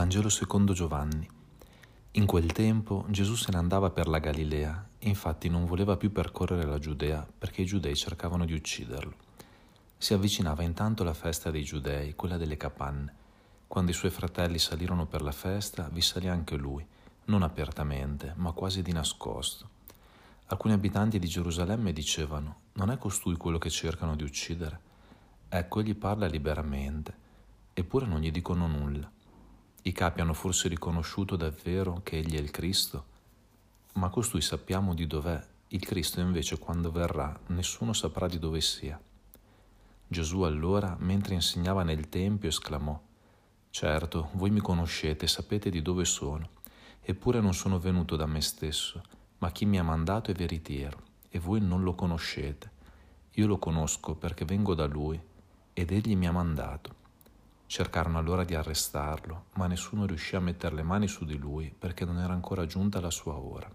Vangelo secondo Giovanni. In quel tempo Gesù se ne andava per la Galilea, infatti non voleva più percorrere la Giudea perché i giudei cercavano di ucciderlo. Si avvicinava intanto la festa dei giudei, quella delle capanne. Quando i suoi fratelli salirono per la festa, vi salì anche lui, non apertamente, ma quasi di nascosto. Alcuni abitanti di Gerusalemme dicevano: «Non è costui quello che cercano di uccidere? Ecco, egli parla liberamente, eppure non gli dicono nulla. I capi hanno forse riconosciuto davvero che egli è il Cristo? Ma costui sappiamo di dov'è. Il Cristo invece, quando verrà, nessuno saprà di dove sia». Gesù allora, mentre insegnava nel Tempio, esclamò: «Certo, voi mi conoscete e sapete di dove sono, eppure non sono venuto da me stesso, ma chi mi ha mandato è veritiero, e voi non lo conoscete. Io lo conosco perché vengo da lui, ed egli mi ha mandato». Cercarono allora di arrestarlo, ma nessuno riuscì a mettere le mani su di lui perché non era ancora giunta la sua ora.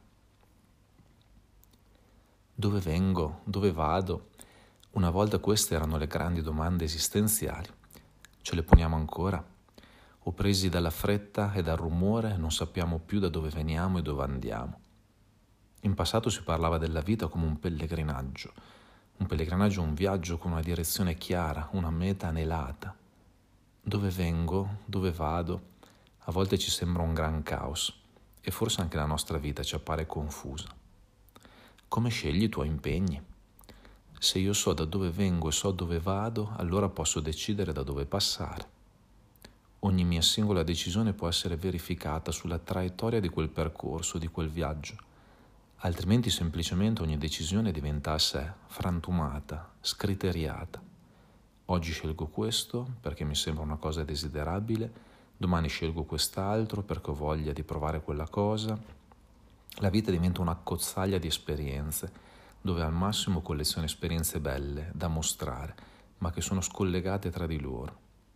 Dove vengo? Dove vado? Una volta queste erano le grandi domande esistenziali. Ce le poniamo ancora? O presi dalla fretta e dal rumore non sappiamo più da dove veniamo e dove andiamo. In passato si parlava della vita come un pellegrinaggio. Un pellegrinaggio è un viaggio con una direzione chiara, una meta anelata. Dove vengo? Dove vado? A volte ci sembra un gran caos e forse anche la nostra vita ci appare confusa. Come scegli i tuoi impegni? Se io so da dove vengo e so dove vado, allora posso decidere da dove passare. Ogni mia singola decisione può essere verificata sulla traiettoria di quel percorso, di quel viaggio. Altrimenti semplicemente ogni decisione diventa a sé, frantumata, scriteriata. Oggi scelgo questo perché mi sembra una cosa desiderabile, domani scelgo quest'altro perché ho voglia di provare quella cosa. La vita diventa una cozzaglia di esperienze, dove al massimo colleziono esperienze belle, da mostrare, ma che sono scollegate tra di loro.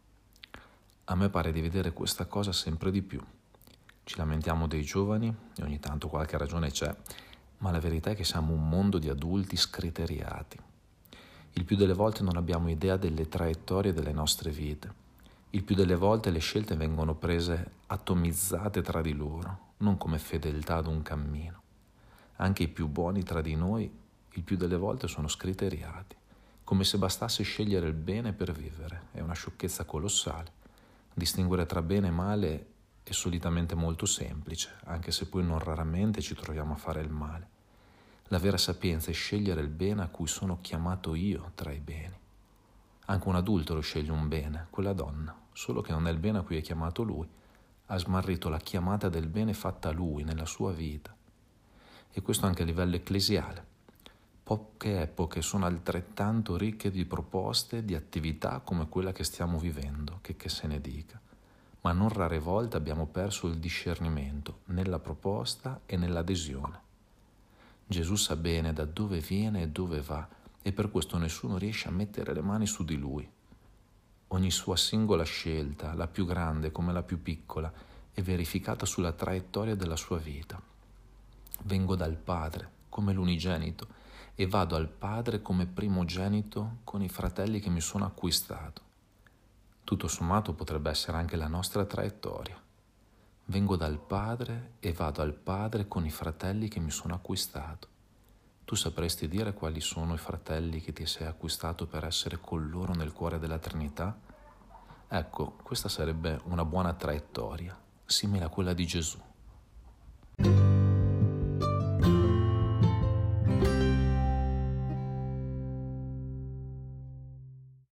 A me pare di vedere questa cosa sempre di più. Ci lamentiamo dei giovani, e ogni tanto qualche ragione c'è, ma la verità è che siamo un mondo di adulti scriteriati. Il più delle volte non abbiamo idea delle traiettorie delle nostre vite. Il più delle volte le scelte vengono prese atomizzate tra di loro, non come fedeltà ad un cammino. Anche i più buoni tra di noi, il più delle volte sono scriteriati, come se bastasse scegliere il bene per vivere. È una sciocchezza colossale. Distinguere tra bene e male è solitamente molto semplice, anche se poi non raramente ci troviamo a fare il male. La vera sapienza è scegliere il bene a cui sono chiamato io tra i beni. Anche un adulto lo sceglie un bene, quella donna, solo che non è il bene a cui è chiamato lui. Ha smarrito la chiamata del bene fatta a lui nella sua vita. E questo anche a livello ecclesiale. Poche epoche sono altrettanto ricche di proposte, di attività come quella che stiamo vivendo, che se ne dica. Ma non rare volte abbiamo perso il discernimento nella proposta e nell'adesione. Gesù sa bene da dove viene e dove va, e per questo nessuno riesce a mettere le mani su di lui. Ogni sua singola scelta, la più grande come la più piccola, è verificata sulla traiettoria della sua vita. Vengo dal Padre come l'unigenito e vado al Padre come primogenito con i fratelli che mi sono acquistato. Tutto sommato potrebbe essere anche la nostra traiettoria. Vengo dal Padre e vado al Padre con i fratelli che mi sono acquistato. Tu sapresti dire quali sono i fratelli che ti sei acquistato per essere con loro nel cuore della Trinità? Ecco, questa sarebbe una buona traiettoria, simile a quella di Gesù.